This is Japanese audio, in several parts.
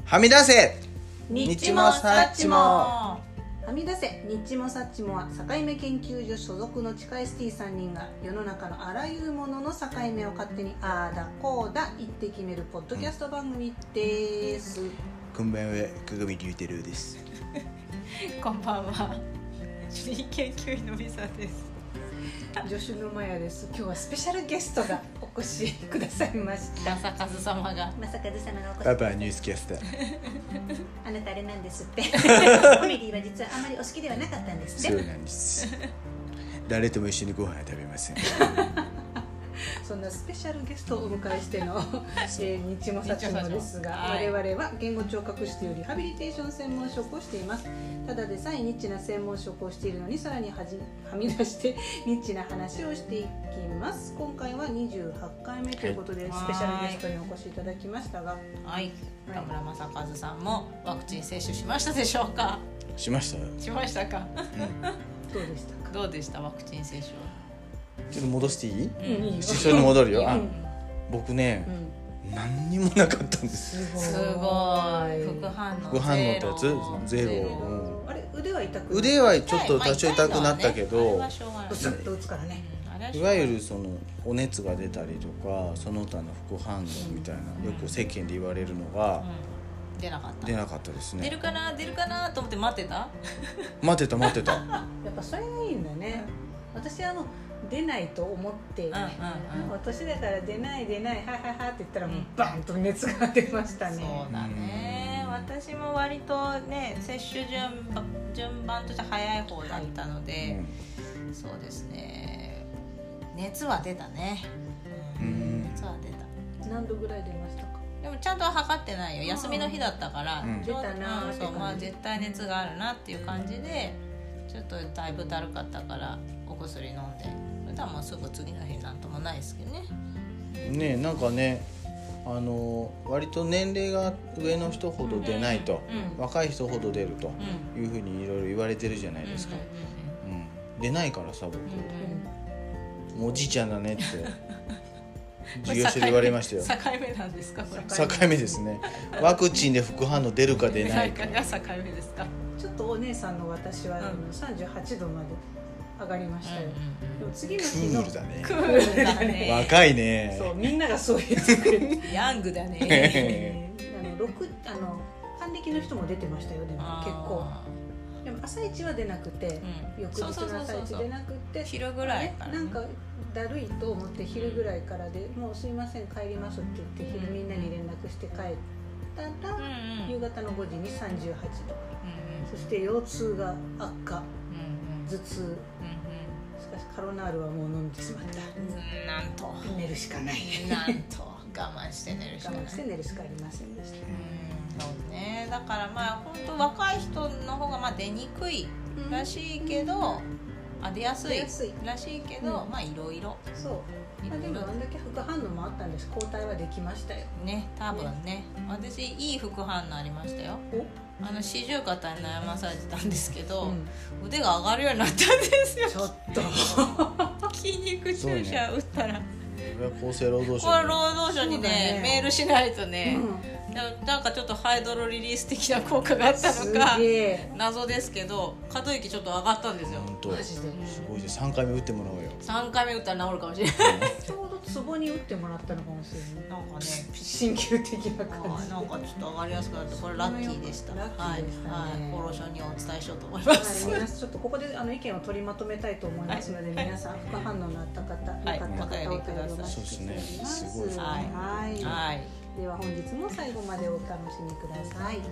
はみ出せニッチもサッチも。 はみ出せニッチもサッチもは境目研究所所属の地下 ST3 人が世の中のあらゆるものの境目を勝手にあーだこうだ言って決めるポッドキャスト番組です。 こんばんは、かがみりゅうてるです。 こんばんは、主任研究員のビザです。 助手のマヤです。今日はスペシャルゲストがお越しくださいました。 正和様が正和様がお越しくださいました。 パパニュースキャスター。 あなたあれなんですってコメディは実はあまりお好きではなかったんですって。 そうなんです誰とも一緒にご飯食べませんそんなスペシャルゲストをお迎えしてのニッチもサッチもですが、 はい、 我々は言語聴覚士というリハビリテーション専門職をしています。ただでさえニッチな専門職をしているのにさらにはみ出してニッチな話をしていきます。今回は28回目ということで、スペシャルゲストにお越しいただきましたが、 はい、田村正和さんもワクチン接種しましたでしょうか？ しましたしましたか、 どうでしたか？ どうでしたワクチン接種は？ ちょっと戻していい？ いいよ。 一緒に戻るよ。僕ね、何にもなかったんです。 すごい。副反応とやつゼロ。 あれ腕は痛く？ 腕はちょっと多少痛くなったけど、 うつっと打つからね。 いわゆるそのお熱が出たりとかその他の副反応みたいな、よく世間で言われるのが出なかったですね。 出るかなと思って待ってた待ってたやっぱそれがいいんだね。私はもう出ないと思って、年だから出ないはいって言ったらもうバンと熱が出ましたね。 そうだね。私も割とね接種順番として早い方だったので、そうですね、熱は出たね。熱は出た。 何度ぐらい出ましたか？ でもちゃんと測ってないよ。休みの日だったから、 出たなそう、まあ絶対熱があるなっていう感じで、ちょっとだいぶだるかったからお薬飲んで、それとはもうすぐ次の日なんともないですけどね。 ね、なんかね、割と年齢が上の人ほど出ないと、若い人ほど出るというふうにいろいろ言われてるじゃないですか。出ないからさ、僕、もうおじいちゃんだねって授業中で言われましたよ。 境目なんですかこれ？ 境目ですね。ワクチンで副反応出るか出ないかが境目ですか？ ちょっとお姉さんの私は38度まで上がりましたよ。でも次の日のクールだね。若いね。 そう、みんながそう言ってくれる。 ヤングだね。 還暦の人も出てましたよ。でも結構。でも朝一は出なくて、翌日の朝一出なくて、 昼ぐらいからなんかだるいと思って昼ぐらいからで、もうすいません帰りますって言って昼みんなに連絡して帰ったら、夕方の5時に38度、そして腰痛が悪化、頭痛、しかしカロナールはもう飲んでしまった。 なんと寝るしかない。 なんと我慢して寝るしかない。 我慢して寝るしかありませんでした。 そうね。だからまあ本当若い人の方がまあ出にくいらしいけど、出やすいらしいけど、まあいろいろ。そう。 でもあんだけ副反応もあったんです。抗体はできましたよ。 ね、多分ね。私いい副反応ありましたよ。四十肩に悩まされてたんですけど、腕が上がるようになったんですよ。 ちょっと筋肉注射打ったら。 厚生労働省にねメールしないとね、なんかちょっとハイドロリリース的な効果があったのか謎ですけど、可動域ちょっと上がったんですよ。 本当マジですごいで。3回目打ってもらおうよ。 3回目打ったら治るかもしれない。 ちょうどツボに打ってもらったのかもしれない。 なんかね鍼灸的な感じ。 なんかちょっと上がりやすくなって、これラッキーでした。 ラッキーでしたね。 厚労省にお伝えしようと思います。 皆さんちょっとここで意見を取りまとめたいと思いますので、皆さん副反応のあった方、よかった方お便りお待ちしております。 すごい。 はい。では本日も最後までお楽しみください。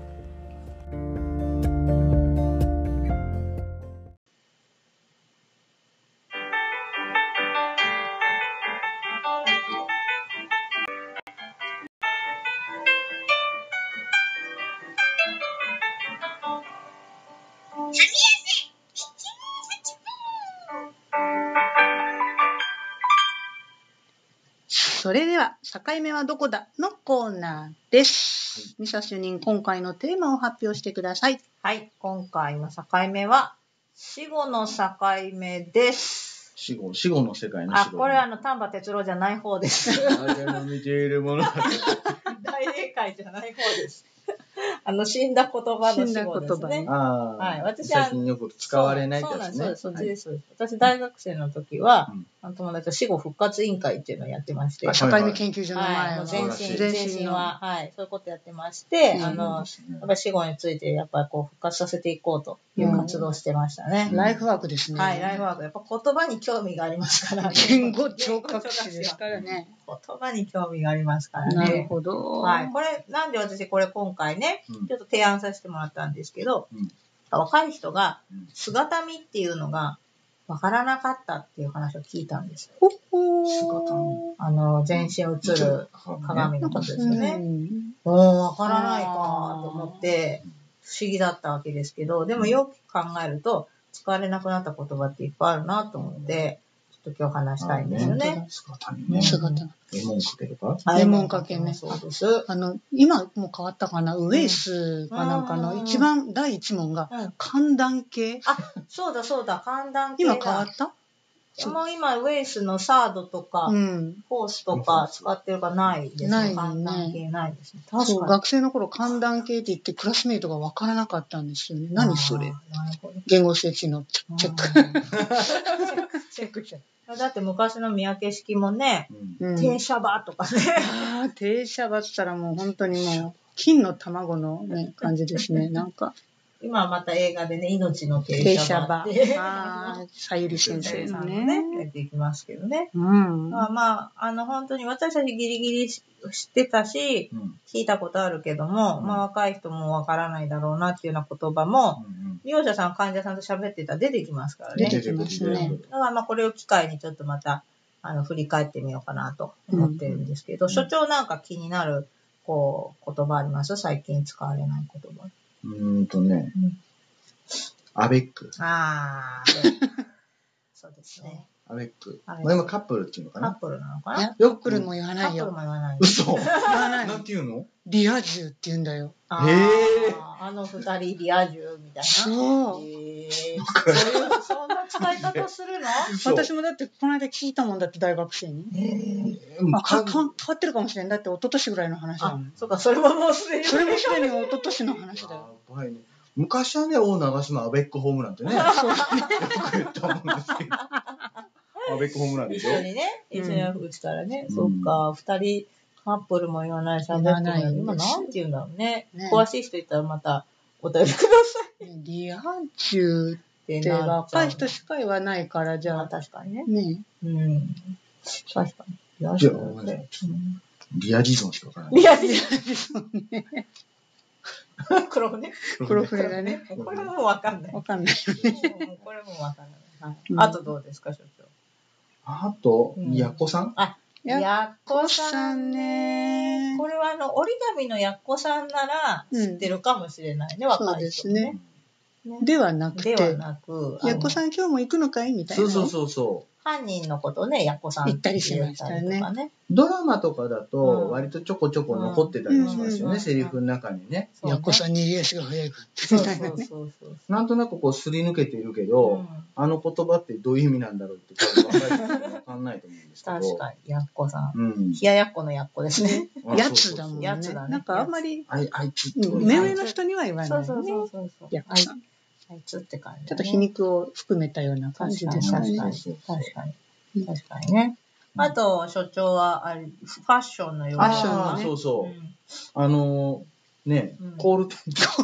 それでは境目はどこだのコーナーです。ミサ主任、今回のテーマを発表してください。 はい、今回の境目は死後の境目です。 死後の世界の死後。 これ丹波哲郎じゃない方です。 あれの見ているもの。 大霊界じゃない方です。 死んだ言葉の死語ですね。はい。私は最近よく使われないってやつね。 そうです。私、大学生の時は、友達と死後復活委員会っていうのをやってまして。 境目研究所の前は。 前身は、はい。そういうことやってまして、やっぱり死後について、やっぱりこう、復活させていこうという活動をしてましたね。 ライフワークですね。 はい、ライフワーク。やっぱ言葉に興味がありますから。 言語聴覚士ですからね。 言葉に興味がありますからね。 なるほど。 はい。これ、なんで私これ今回ね、ちょっと提案させてもらったんですけど、若い人が姿見っていうのがわからなかったっていう話を聞いたんですよ。 姿見。全身映る鏡のことですよね。わからないかと思って、不思議だったわけですけど、でもよく考えると、使われなくなった言葉っていっぱいあるなと思って、ちょっと今日話したいんですよね。 姿見。 レモンかけるか？ レモンかけね。 そうです。 今もう変わったかな、ウェイスかなんかの一番第一問が寒暖計。 そうだ、寒暖計。 今変わった？ もう今、ウェイスのサードとか、フォースとか使ってるかないですね。寒暖計ないですね。 そう、学生の頃寒暖計って言ってクラスメイトが分からなかったんですよね。何それ？言語設置のチェック。チェック。 だって昔の三宅式もね、停車場とかね。 停車場って言ったらもう本当にもう、金の卵のね、感じですね。なんか。 今また映画でね、命の停車場って。 さゆり先生のね。 やっていきますけどね。まあ、本当に私たちギリギリ知ってたし、聞いたことあるけども、まあ若い人もわからないだろうなっていうような言葉も、利用者さん、患者さんと喋ってたら出てきますからね。 出てきますね。 だからまあこれを機会にちょっとまた、振り返ってみようかなと思ってるんですけど、所長なんか気になる、こう、言葉あります？最近使われない言葉。 アベック。 そうですね。 アベック。今カップルっていうのかな？ カップルなのかな？ カップルも言わないよ。 カップルも言わない。 嘘。言わない。なんて言うの？ リア充って言うんだよ。 二人リア充みたいな。 そう。 そんな使い方するの？ 私もだってこの間聞いたもんだって大学生に。変わってるかもしれん。だって一昨年ぐらいの話だもん。 そうか、それはもうすでに。 それもすでに一昨年の話だよ。 昔はね、大長島アベックホームランってね。よく言ったもんですけど。アベックホームランでしょ？ 一緒にね、一緒に打つからね。そっか、二人カップルも言わないし、アベックも今なんて言うんだろうね。詳しい人いたらまたお便りください。 リア充って若い人しか言わないから、じゃあ。 確かにね。 確かに。 リアジゾンしかわからない。 リアジゾンね。黒船だね。 これもわかんない。 わかんないよね。 これもわかんない。あとどうですか、所長。 あと、やっこさん？ やっこさんね。これは折り紙のやっこさんなら知ってるかもしれないね、若い人ね。 ではなくて。やっこさん今日も行くのかいみたいな。 そう。 犯人のことね、やっこさん言ったりしましたね。 ドラマとかだと、割とちょこちょこ残ってたりしますよね、セリフの中にね。 やっこさんに足が速い。 なんとなくこうすり抜けているけど、あの言葉ってどういう意味なんだろうって多分若い人は分かんないと思うんですけど。 確かに、やっこさん。冷ややっこのやっこですね。 やつだもんね。なんかあんまり、あいつって目上の人には言わないね。やっこさん。 あいつって感じ。 ちょっと皮肉を含めたような感じですね。 確かにね。あと、所長は、ファッションのような。 そう。ね、コールテン。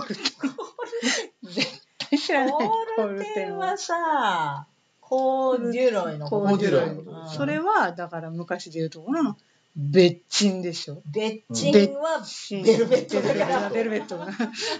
絶対知らない。 コールテンはさ、コーデュロイのこと。 コーデュロイ。 それは、だから昔で言うところの、別鎮でしょ。 別鎮は、ベルベットだから。 ベルベットだ。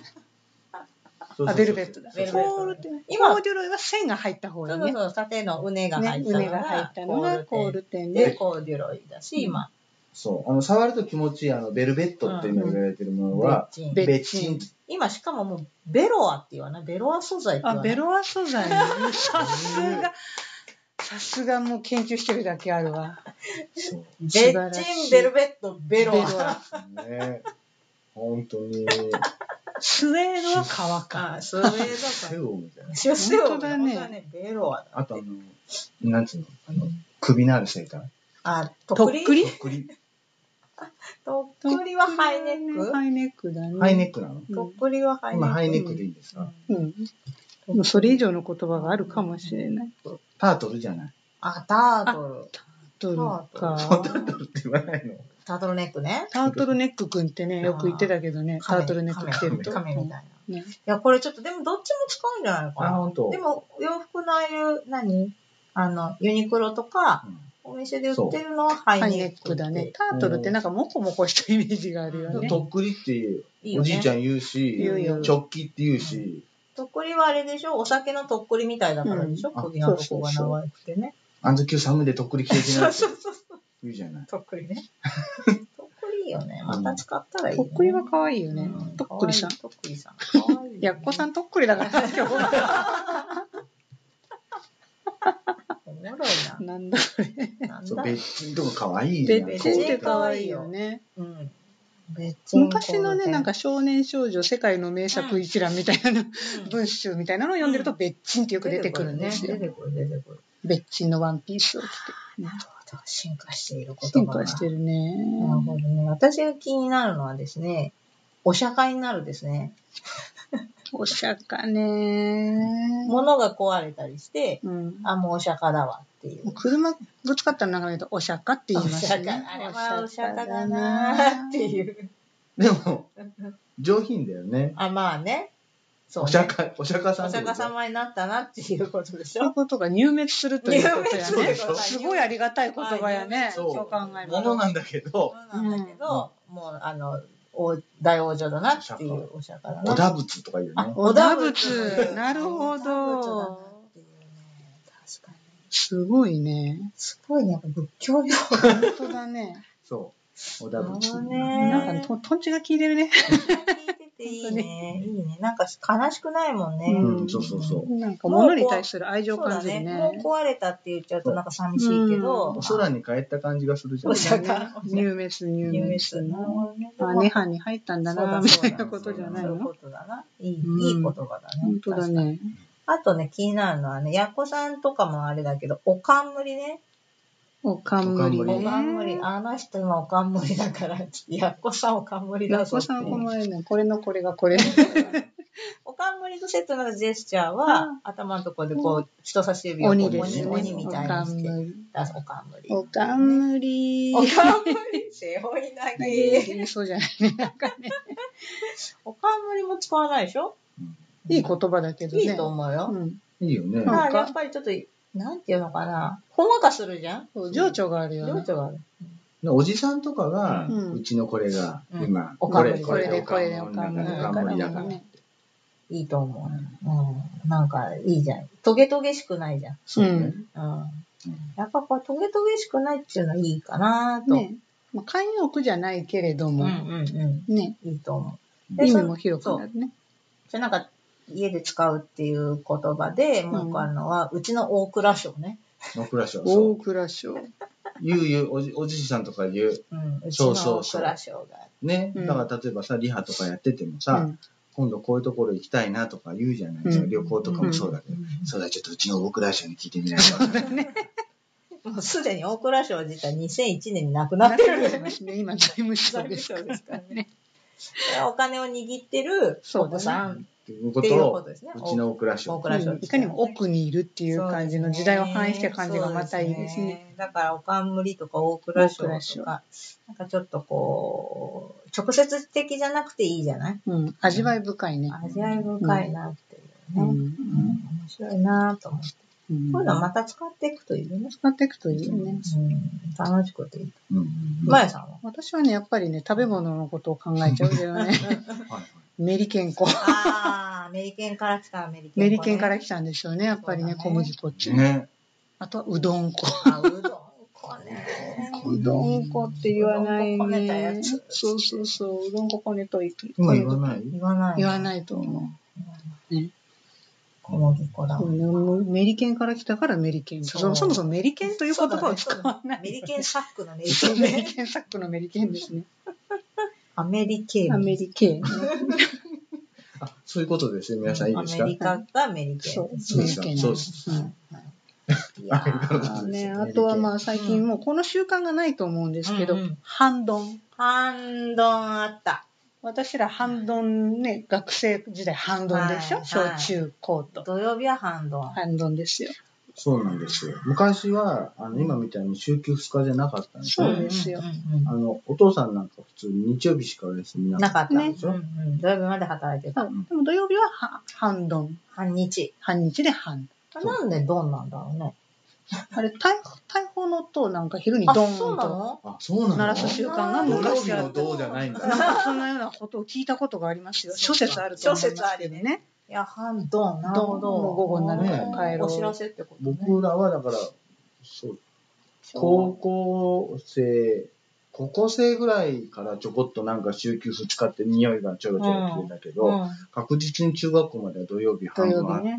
ベルベットだ。コールテン。コーデュロイは線が入った方がね。 そう、縦のうねが入ったのがコールテンで、コーデュロイだし、今。 そう。触ると気持ちいい、ベルベットって今言われてるものは、別鎮。 今、しかももう、ベロアって言わない？ベロア素材って言わない？ ベロア素材。さすがもう研究してるだけあるわ。 別鎮、ベルベット、ベロア。 ね。本当に。 スウェードは革か。 スウェードか。 セオみたいな。 本当だね。ベロアだ。 あとなんつうの首のあるセーター。 とっくりとっくりはハイネック？ ハイネックだね。 ハイネックなの？ とっくりはハイネック。 今ハイネックでいいんですか？ もうそれ以上の言葉があるかもしれない。 タートルじゃない？ あ、タートル。 タートルか。 タートルって言わないの？ タートルネックね。 タートルネックくんってね、よく言ってたけどね、タートルネック着てると。 亀みたいな。いや、これちょっと、でもどっちも使うんじゃないかな。 本当。 でも、洋服のああいう、ユニクロとか、お店で売ってるのはハイネックだね。 タートルってなんかモコモコしたイメージがあるよね。 とっくりっておじいちゃん言うし、直帰って言うし。 とっくりはあれでしょ？お酒のとっくりみたいだからでしょ？首のとこが長くてね。 あの時今日寒いでとっくり着てきなって言うじゃない。 とっくりね。とっくりいいよね。また使ったらいい。 とっくりは可愛いよね。とっくりさん。 とっくりさん。可愛い。 やっこさんとっくりだから今日。 おもろいな。 なんだこれ。 ベッチンとか可愛いじゃん。 ベッチンって可愛いよね。昔のね、なんか少年少女世界の名作一覧みたいな文集みたいなのを読んでると、ベッチンってよく出てくるんですよ。 出てくる。 ベッチンのワンピースを着て。 なるほど。進化している言葉進化してるね。 なるほどね。私が気になるのはですね、お釈迦になるですね。 お釈迦ね。 物が壊れたりして、あ、もうお釈迦だわっていう。 車ぶつかったらなんか言うと、お釈迦って言いますね。 あれはお釈迦だなっていう。 でも、上品だよね。 あ、まあね。そうね。 お釈迦さん。 お釈迦様になったなっていうことでしょ。 そういうことが入滅するということやね。すごいありがたい言葉やね。そう考えると。 ものなんだけど、 もう、大王女だなっていうお釈迦だな。 おだ仏とか言うね。 おだ仏。なるほど。 確かに。 すごいね。 すごいね。やっぱ仏教用。 本当だね。 そう。おだ仏。 なんか、とんちが効いてるね。 いいね。いいね。なんか悲しくないもんね。 そう。 なんか物に対する愛情感じるね。 もう壊れたって言っちゃうとなんか寂しいけど。 お空に帰った感じがするじゃん。 入滅。涅槃に入ったんだな、みたいなことじゃないの？ そういうことだな。いい言葉だね。 本当だね。 あとね、気になるのはね、やっこさんとかもあれだけど、おかんむりね。 おかんむりね。 おかんむり。あの人がおかんむりだから、やっこさんおかんむりだぞ。 やっこさんおかんむりね。これのこれがこれ。 おかんむりとセットのジェスチャーは、頭のところでこう、人差し指を鬼みたいにして出すおかんむり。 おかんむり。 おかんむり。背負い投げ。 そうじゃないね。なんかね。 おかんむりも使わないでしょ？ いい言葉だけどね。 いいと思うよ。 いいよね。 やっぱりちょっと、なんていうのかな。ほんわかするじゃん？ 情緒があるよね。 情緒がある。 おじさんとかが、うちのこれが、今、これでおかんむりだから。 いいと思う。なんか、いいじゃん。トゲトゲしくないじゃん。 そうね。 やっぱこう、トゲトゲしくないっていうのはいいかなと。 慣用句じゃないけれども、ね。 いいと思う。 意味も広くなるね。 じゃなんか、家で使うっていう言葉で、もう一個あるのは、うちの大蔵省ね。 大蔵省。 大蔵省。 言う、おじいさんとか言う。 そう。大蔵省が。 ね。だから例えばさ、リハとかやっててもさ、今度こういうところ行きたいなとか言うじゃないですか。旅行とかもそうだけど。そうだ、ちょっとうちの大蔵省に聞いてみないと。 もうすでに大蔵省自体2001年に亡くなってるんですね。今、財務省ですからね。お金を握ってる奥さんっていうことですね。うちの大蔵省。 いかにも奥にいるっていう感じの時代を反映した感じがまたいいですね。 だから、おかんむりとか大蔵省とか、なんかちょっとこう、直接的じゃなくていいじゃない？ 味わい深いね。 味わい深いなっていうね。面白いなと思って。こういうのまた使っていくといいよね。 使っていくといいよね。 楽しくていい。まやさんは？ 私はね、やっぱりね、食べ物のことを考えちゃうんだよね。メリケン粉。 メリケンから来たメリケン粉。 メリケンから来たんですよね、やっぱりね、小麦粉ってね。あとはうどん粉。 うどん粉ね。 うどん粉って言わないね。うどん粉こねたやつ。そう。うどん粉こねといて。 今言わない？ 言わないと思う。ね。 小麦粉だ。 メリケンから来たからメリケン。そもそもメリケンという言葉を使わない。 メリケンサックのメリケン。 メリケンサックのメリケンですね。 アメリケン。 アメリケン。 そういうことですね。皆さんいいですか？ アメリカがメリケン。 そうです。 いやーね、あとはまあ最近もうこの習慣がないと思うんですけど、半ドン。 半ドンあった。 私ら半ドンね、学生時代半ドンでしょ、小中高と。 土曜日は半ドン。 半ドンですよ。 そうなんですよ。昔は、今みたいに週休2日じゃなかったんですよ。 そうですよ。 お父さんなんか普通に日曜日しかお休みなかったでしょ。 土曜日まで働いてた。 でも土曜日は半ドン。 半日。 半日で半。 なんでドンなんだろうね。 あれ、大砲の音なんか昼にドーンと鳴らす習慣が昔あった。 土曜日の銅じゃないんだ。 なんかそんなようなことを聞いたことがありますよ。諸説あると思いますけどね。 いや、半ドン、なるほど。 もう午後になるから帰ろう。 お知らせってことね。 僕らはだから、そう、高校生ぐらいからちょこっとなんか週休2日って匂いがちょろちょろ来てたけど、確実に中学校までは土曜日半分あって、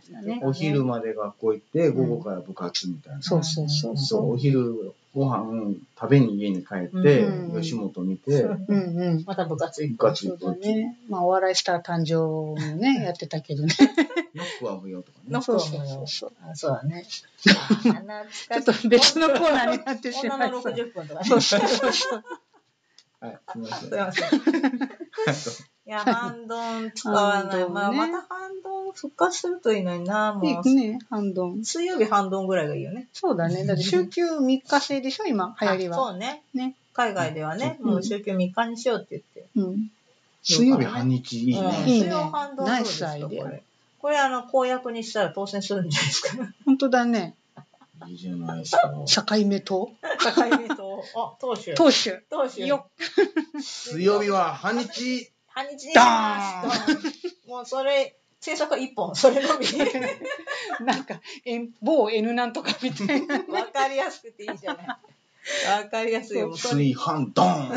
お昼まで学校行って、午後から部活みたいな。 そうそうそう。 そう、お昼ご飯食べに家に帰って、吉本見て、 また部活行く。 そうだね。まあお笑いスター誕生もね、やってたけどね。 ノックは無用とかね。 ノックは無用。そうだね。 ちょっと別のコーナーになってしまいそう。女の60分とかね。 そうそう。 はい、すみません。 すいません。いや、半ドン使わない。まあ、また半ドン復活するといいのにな、もう。 いいね、半ドン。 水曜日半ドンぐらいがいいよね。 そうだね。だって週休3日制でしょ、今、流行りは。 そうね。海外ではね、もう週休3日にしようって言って。 水曜日半日いいね。 水曜半ドンそうですか、これ公約にしたら当選するんじゃないですか。 本当だね。 いいじゃないですか。 境目党。 あ、党首。 よっ。 水曜日は半日。 半日にします。もうそれ、制作は1本、それのみ。 なんか、某 N なんとかみたいな。 わかりやすくていいじゃない。わかりやすいよ。 炊飯ドン。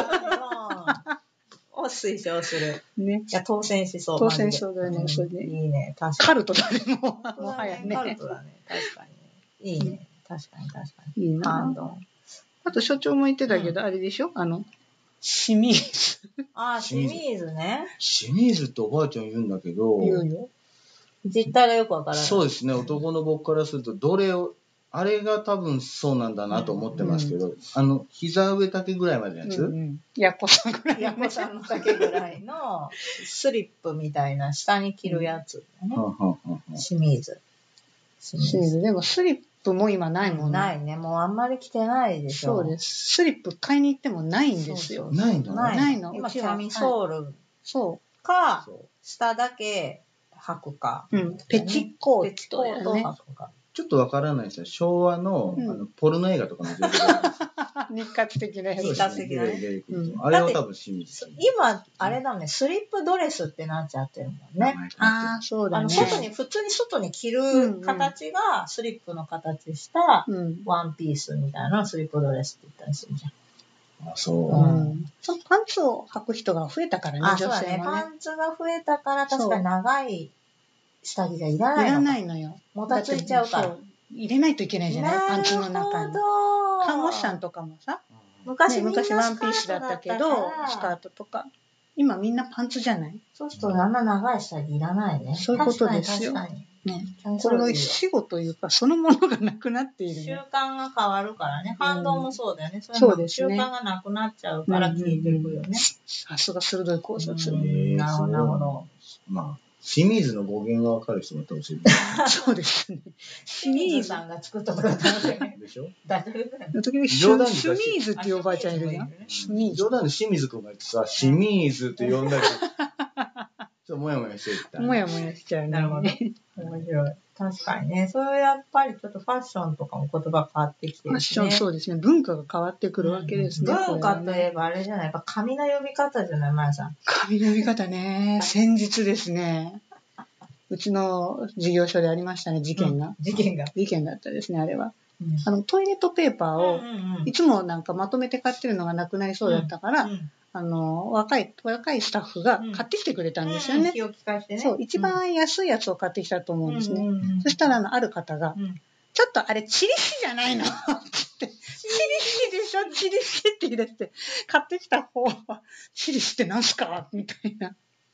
を推奨する。 ね。 いや、当選しそう。 当選しそうだよね、それで。 いいね、確かに。 カルトだね、もはやね。 カルトだね、確かに。いいね、確かに。 いいな。あと、所長も言ってたけど、あれでしょ清水。 清水ね。 清水っておばあちゃん言うんだけど。 言うよ。 実態がよくわからない。 そうですね、男の僕からすると、あれが多分そうなんだなと思ってますけど、膝上丈ぐらいまでのやつ？ やっこさんぐらい。 やっこさんの丈ぐらいのスリップみたいな下に着るやつ。清水。 でもスリップも今ないもんね。 ないね。もうあんまり着てないでしょ。 そうです。スリップ買いに行ってもないんですよ。 ないの？ ないの。 今、キャミソール。 そうか、下だけ履くか。 ペチコート履くか。 ちょっとわからないですよ。昭和の、ポルノ映画とかの出てくる。 日活的なやつ。 日活的なね。 あれは多分清水。 今、あれだね、スリップドレスってなっちゃってるもんね。 ああ、そうだね。 普通に外に着る形がスリップの形したワンピースみたいなスリップドレスって言ったりするじゃん。 あ、そう。 パンツを履く人が増えたからね、女性もね。 そうだね。パンツが増えたから確かに長い下着がいらないの。 いらないのよ。 もたついちゃうから。 入れないといけないじゃない、パンツの中に。看護師さんとかもさ、昔ワンピースだったけど、スカートとか。今みんなパンツじゃない？ そうするとあんな長い下着いらないね。 そういうことですよ。ね、これは死後というか、そのものがなくなっている、ね。 習慣が変わるからね。反動もそうだよね。そうですね。習慣がなくなっちゃうから消えていくよね。 さすが鋭い考察。 なるほど。 まあ、清水の語源がわかる人もいたかもしれない。 そうですね。 清水さんが作ったとかだったね。 でしょ？ 時々、清水っていうおばあちゃんいるじゃん。 冗談で清水くんが言ってさ、清水って呼んだり。ちょっともやもやしてた。 もやもやしちゃうね。 なるほど。面白い。確かにね。それはやっぱりちょっとファッションとかも言葉変わってきてるね。 ファッションそうですね。文化が変わってくるわけですね。 文化といえばあれじゃない。やっぱ髪の呼び方じゃない、まやさん。 髪の呼び方ね。先日ですね。うちの事業所でありましたね、事件が。 事件だったですね、あれは。トイレットペーパーを、いつもなんかまとめて買ってるのがなくなりそうだったから、若いスタッフが買ってきてくれたんですよね。 気を利かしてね。 そう、一番安いやつを買ってきたと思うんですね。そしたら、ある方が、ちょっとあれ、チリシじゃないのって言って、チリシでしょチリシって言い出して、買ってきた方は、チリシって何すかみたいな。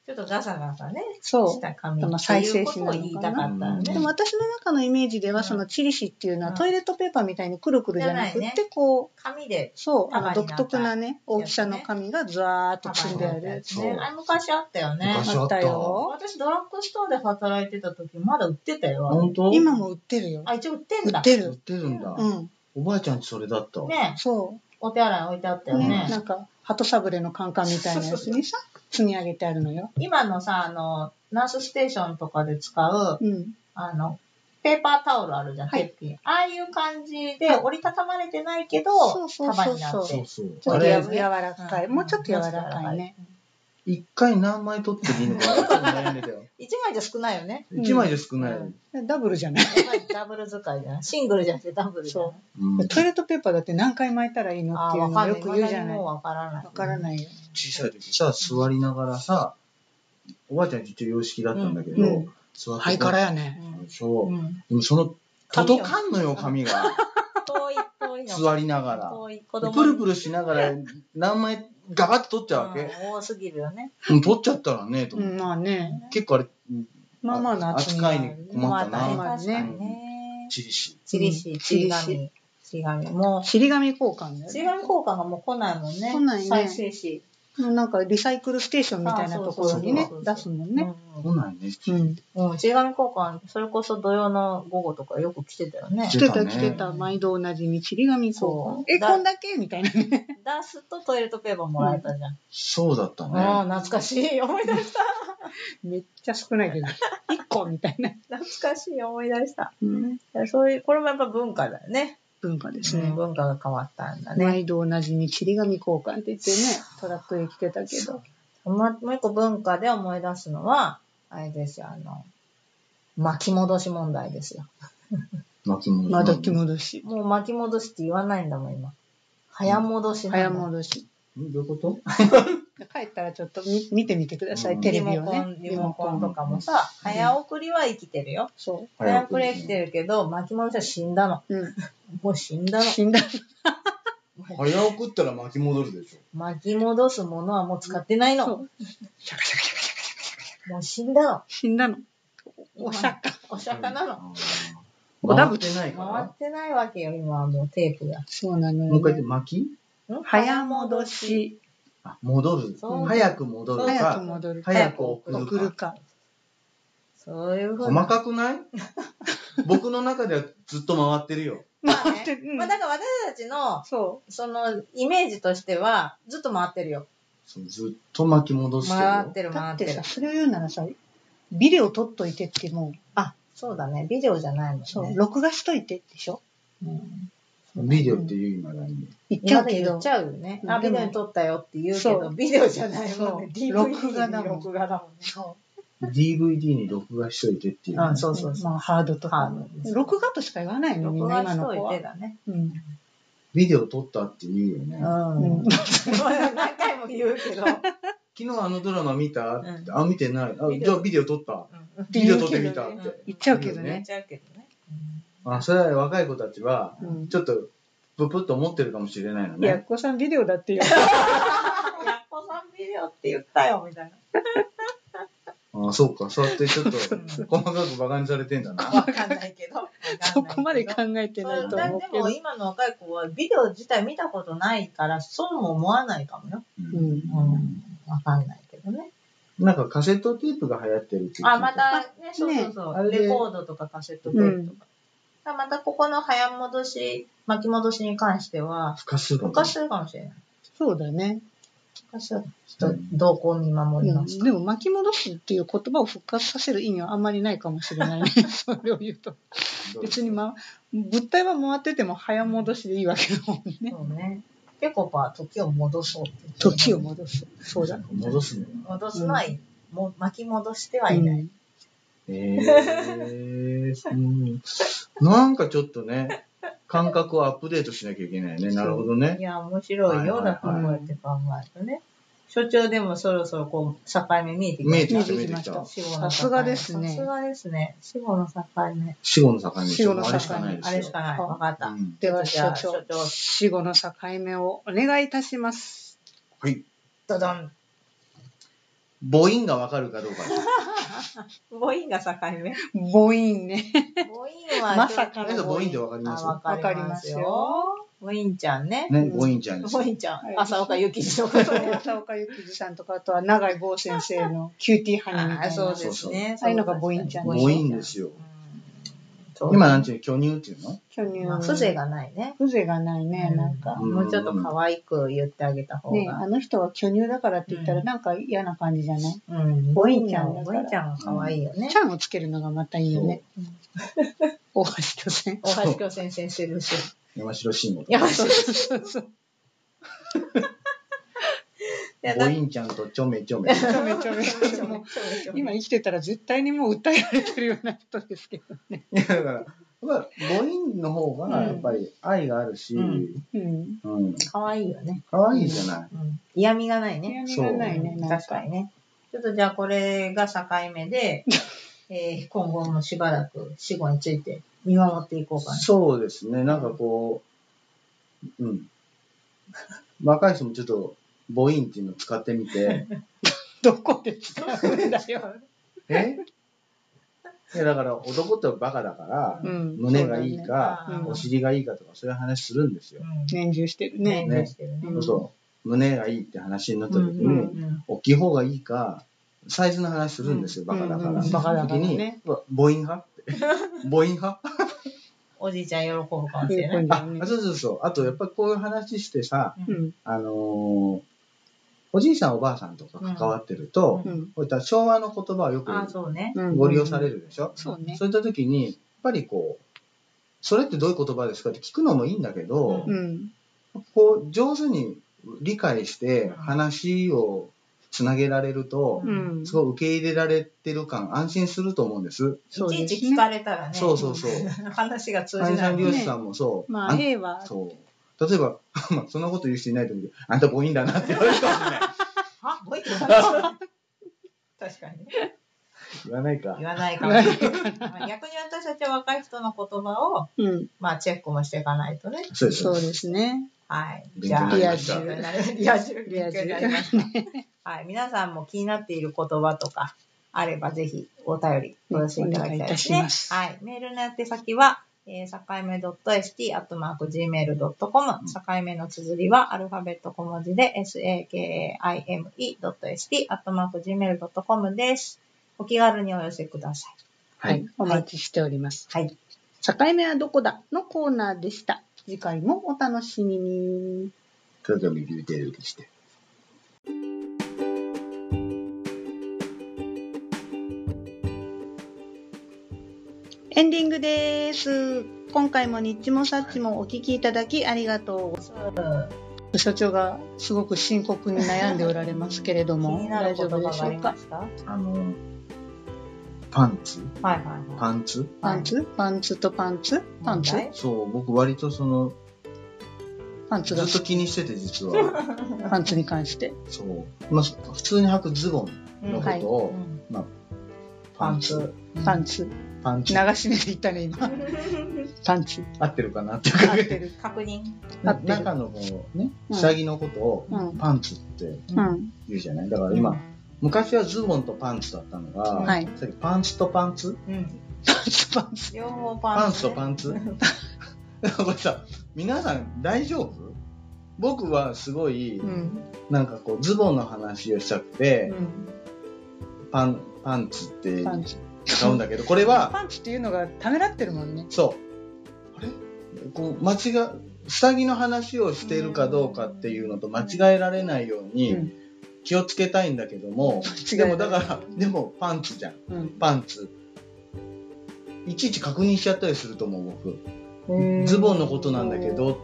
ちょっとガサガサね、 そうした髪って再いうことを生紙なのかな言いたかったよね。 でも私の中のイメージでは、そのチリ紙っていうのはトイレットペーパーみたいにくるくるじゃなくて、 じゃないねこう、 紙でそう、 束になった独特なね、大きさの紙がずわーっと積んであるやつね。あれ昔あったよね。 昔あったよ。 私ドラッグストアで働いてた時まだ売ってたよ。 本当？ 今も売ってるよ。 あ、一応売ってんだ。 売って売っる。 てるんだ。 うん。 おばあちゃんちそれだった。 ね。 そお手洗い置いてあったよう。 ね。 ね。なんか、鳩サブレのカンカンみたいなやつにさ、積み上げてあるのよ。 今のさ、ナースステーションとかで使う、 うん。 ペーパータオルあるじゃん、 はい鉄品。ああいう感じで折りたたまれてないけど、 そうそう束そうになって。 そうそう。 ちょっとあれ、 柔らかい。もうちょっと柔らかいね。 一回何枚取っていいのかちょっと悩んでたよ。 1枚じゃ少ないよね。 一枚じゃ少ない。 ダブルじゃない。 ダブル使いじゃない。シングルじゃなくてダブルじゃない。 うんトイレットペーパーだって何回巻いたらいいのっていうのをよく言うじゃない。 もうわからない。 わからないよ。 小さい時さ、座りながらさ、おばあちゃんち一応洋式だったんだけど、 うん座って。 ハイカラやね。 そう。 うんでもその、届かんのよ、髪が。 遠いの。 座りながら。 遠い子供プルプルしながら何枚ガバッと取っちゃうわけ。 多すぎるよね。 取っちゃったらね、と思ってまあね。 結構あれ、 まあまあな扱いに困ったな。 確かにね。 チリシ。 チリシ、チリ紙。チリ紙。もう、 尻紙交換だよね。 チリ紙交換がもう来ないもんね。 来ないね再生紙。 なんかリサイクルステーションみたいなところにねそう、 出すもんね。 来ないね。 うん。 ちり紙交換、それこそ土曜の午後とかよく来てたよね。 来てた来てた。毎度おなじみ、ちり紙交換。こんだけみたいなね。 出すとトイレットペーパーもらえたじゃん。 そうだったね。 懐かしい。思い出した。 めっちゃ少ないけど。1個みたいな。 懐かしい。思い出した。 うんそういう、これもやっぱ文化だよね。 文化ですね。 文化が変わったんだね。 毎度おなじみ、ちり紙交換って言ってね、トラックで来てたけど。 もう一個文化で思い出すのは、あれですよ、巻き戻し問題ですよ。 巻き戻し。 巻き戻し。 もう巻き戻しって言わないんだもん、今。早戻しなんだ。 早戻し。 どういうこと帰ったらちょっと見てみてください、テレビをね。 リモコンとかもさ、早送りは生きてるよ。 そう。 早送りは生きてるけど、巻き戻しは死んだの。もう死んだの。 死んだ。 早送ったら巻き戻るでしょ。 巻き戻すものはもう使ってないの。もう死んだの。 死んだの。お釈迦。 お釈迦なの。 回ってないから。 回ってないわけよ、今はもうテープが。 そうなのよ。 もう一回言って巻き早戻し。 戻る。早く戻るか。 早く戻る。 早く送るか。 そういうふう細かくない僕の中ではずっと回ってるよ。 まあね。まあだから私たちの、そのイメージとしては、ずっと回ってるよ。 ずっと巻き戻してるよ。 回ってる。 だってさ、それを言うならさ、ビデオ撮っといてってもう。 あ、そうだね。ビデオじゃないもんね。 そう、録画しといてでしょ。 ビデオっていう今だに。 言っちゃうけど。 言っちゃうよね。あ、ビデオに撮ったよって言うけど、ビデオじゃないもんね。 録画だもん。 録画だもんね。 そう。 DVD に録画しといてっていう。 あ、そうそうそう。 まあ、ハードとか。録画としか言わないの、みんな今の子は。 録画しといてだね。 ビデオ撮ったって言うよね。 何回も言うけど。 昨日あのドラマ見たあ、見てない。じゃあビデオ撮ったビデオ撮ってみたって言っちゃうけどね。 言っちゃうけどね。 あ、それは若い子たちは、ちょっと、ぷぷっと思ってるかもしれないのね。 やっこさんビデオだって言う。 やっこさんビデオって言ったよ、みたいな。 ああ、そうか。そうやってちょっと、細かく馬鹿にされてんだな。 わかんないけど。 そこまで考えてないと思うけど。 でも今の若い子はビデオ自体見たことないから、そうも思わないかもよ。わかんないけどね。 なんかカセットテープが流行ってるってあ、またね、そうそう。レコードとかカセットテープとか。またここの早戻し、巻き戻しに関しては、 復活するかもしれない。 そうだね。 動向を見守ります。 でも巻き戻すっていう言葉を復活させる意味はあんまりないかもしれないね。それを言うと。別に物体は回ってても早戻しでいいわけだもんね。 そうね。ペコパは時を戻そうって。 時を戻す。そうだ。 戻すの。 戻すのは巻き戻してはいない。 なんかちょっとね、感覚をアップデートしなきゃいけないね。なるほどね。 いや、面白いよ。だからこうやって考えるとね。所長でもそろそろこう、境目見えてきました。 見えてきました。 さすがですね。 さすがですね。死後の境目。 死後の境目。 死後の境目。 あれしかない。わかった。 では所長、死後の境目をお願いいたします。 はい。 ドドン。 母音がわかるかどうか。 母音が境目。 母音ね。 母音はまさかの母音ってわかります？ わかりますよ。母音ちゃんね。 ね、母音ちゃんです。 母音ちゃん。浅岡幸二のことね。 浅岡幸二さんとか、あとは長井剛先生のキューティーハニーみたいな。 そうですね。 ああいうのが母音ちゃん。 母音ですよ。今なんていうの？巨乳っていうの？ 巨乳。 風情がないね。 風情がないね、なんか。 もうちょっと可愛く言ってあげた方が。 ね、あの人は巨乳だからって言ったらなんか嫌な感じじゃない？ うん。母音ちゃんだから。母音ちゃんが可愛いよね。 ちゃんをつけるのがまたいいよね。大橋巨泉。 大橋巨泉先生ですよ。 山城慎吾。 山城慎吾。 母音ちゃんとちょめちょめ。 今生きてたら絶対にもう訴えられてるような人ですけどね。 いやだから母音の方がやっぱり愛があるし、 可愛いよね。 可愛いじゃない。 嫌味がないね。 嫌味がないね。 確かにね。ちょっとじゃあこれが境目で、今後もしばらく死後について見守っていこうかな。 そうですね。なんかこう、若い人もちょっと母音っていうのを使ってみて。 どこで使うんだよ。 いやだから男ってバカだから、胸がいいか、お尻がいいかとかそういう話するんですよ。 年中してるね。 そう胸がいいって話になった時に、大きい方がいいか、サイズの話するんですよ、バカだから。 バカだからね。 母音派って。母音派おじいちゃん喜ぶかもしれない。 そう。あとやっぱりこういう話してさ、おじいさんおばあさんとか関わってると、こういった昭和の言葉をよくご利用されるでしょ。そういった時に、やっぱりこう、それってどういう言葉ですかって聞くのもいいんだけど、こう、上手に理解して話をつなげられると、すごい受け入れられてる感、安心すると思うんです。 いちいち聞かれたらね。 そう。 話が通じない。 谷さん漁師さんもそう。 まあ、A は。 例えば、そんなこと言う人いないと思うけど、あんた母音だなって言われるかもしれない。 母音って確かに。 言わないか。 言わないかもしれない。逆に私たちは若い人の言葉を、チェックもしていかないとね。 そうですね。 はい。 じゃあ、 リア充になりました。はい。皆さんも気になっている言葉とかあれば、ぜひお便りお寄せいただきたいですね。はい。メールの宛先は、境目 .st@gmail.com 境目の綴りはアルファベット小文字で sakaime.st@gmail.com です。お気軽にお寄せください。 はい。お待ちしております。はい。境目はどこだのコーナーでした。次回もお楽しみに。 鏡ビューテルでして。 エンディングです。今回もニッチもサッチもお聞きいただきありがとうございます。所長がすごく深刻に悩んでおられますけれども、大丈夫でしょうか。 パンツ？ はい。 パンツとパンツ？ そう、僕割とパンツがずっと気にしてて、実は。 パンツに関して。 そう。普通に履くズボンのことを、パンツ。 流し目で言ったね、今。パンツ。 合ってるかなって。 合ってる。確認。 中のね、下着のことをパンツって言うじゃない。だから今、昔はズボンとパンツだったのが、さっきパンツとパンツ？ パンツ。両方パンツとパンツ？これさ、皆さん大丈夫？僕はすごい、なんかこう、ズボンの話をしたくて、パンツって使うんだけど、これはパンツっていうのがためらってるもんね。 そう。あれこう下着の話をしているかどうかっていうのと間違えられないように気をつけたいんだけども、でもパンツじゃん。パンツ。いちいち確認しちゃったりすると思う、僕。ズボンのことなんだけどって。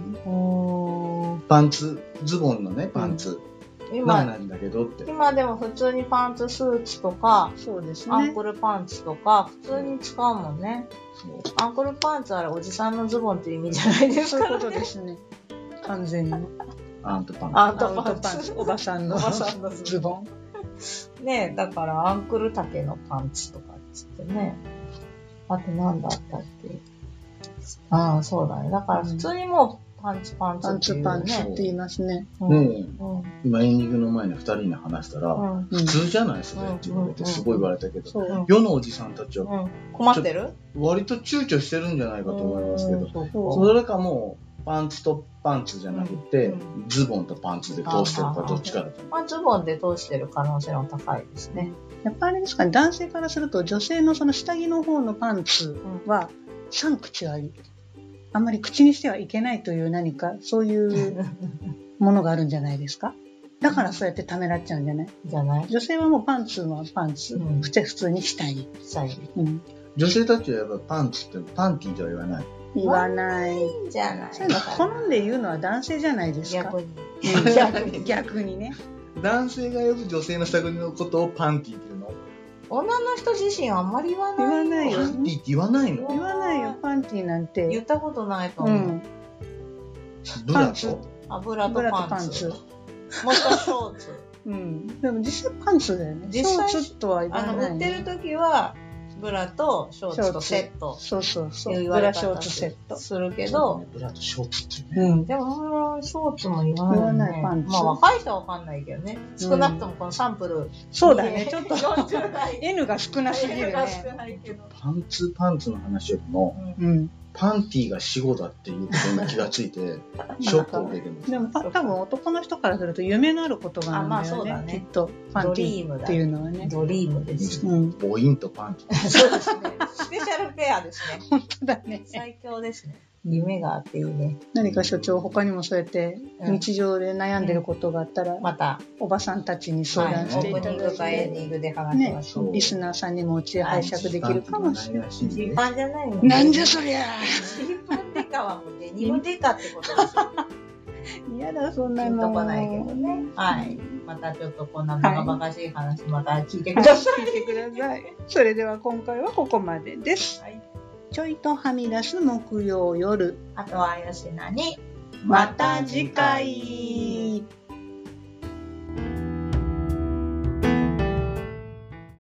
パンツ、ズボンのね、パンツ。なんだけどって。 今でも普通にパンツスーツとか、アンクルパンツとか、普通に使うもんね。アンクルパンツはおじさんのズボンっていう意味じゃないですか、ね。 そういうことですね。完全に。 アントパンツ。おばさんのズボン。ねえ、だからアンクル丈のパンツとかっつってね。あと何だったっけ。そうだね。だから普通にもうパンツパンツパンツっていうね。 パンツって言いますね。 ね今エンディングの前に2人に話したら、普通じゃないそれって言われてすごい言われたけど、世のおじさんたちは困ってる？ 割と躊躇してるんじゃないかと思いますけど、それかもうパンツとパンツじゃなくて、ズボンとパンツで通してるかどっちかだと思う。 ズボンで通してる可能性は高いですね。 やっぱりあれですかね、男性からすると女性のその下着の方のパンツはサンクチュアリ、あんまり口にしてはいけないという何かそういうものがあるんじゃないですか。だからそうやってためらっちゃうんじゃない？ じゃない？ 女性はもうパンツはパンツ、普通に下着。 女性たちはやっぱパンツってパンティーとは言わない。 言わない。 じゃない。 そういうの好んで言うのは男性じゃないですか。逆にね。 男性がよく女性の下着のことをパンティーって言うの？ 女の人自身はあんまり言わない。 言わないよ。 パンティーって言わないの？ 言わないよ、パンティーなんて。 言ったことないと思う。 ブラと？ ブラとパンツ。もっとショーツ。 でも実際パンツだよね。ショーツとは言わない。 売ってる時はブラとショーツとセット。 そう。ブラショーツセット。 するけど。 ブラとショーツってね。 でも、ショーツも言わないパンツ。まあ若い人はわかんないけどね。少なくともこのサンプル。 そうだね。ちょっと N が少なすぎるね。 パンツの話よりも、パンティーが死語だっていうことに気がついて、ショックを受けてます。 でも多分男の人からすると夢のある言葉なんだよね。きっとパンティーっていうのはね。 ドリームです。 ボインとパンティー。 そうですね。スペシャルペアですね。 本当だね。 最強ですね。夢があっていいね。 何か所長他にもそうやって日常で悩んでることがあったら、 またおばさんたちに相談していただいて、 オープニングかエンディングで話しましょう。 リスナーさんにもお知恵拝借できるかもしれない。 ジーパンじゃないの？ なんじゃそりゃ。 ジーパンデカはもうデニムデカってことですよ。 嫌だそんなの。 ピンとこないけどね。はい。またちょっとこんなバカバカしい話また聞いてください。 聞いてください。それでは今回はここまでです。ちょいとはみ出す木曜夜。 あとはよしなに。 また次回。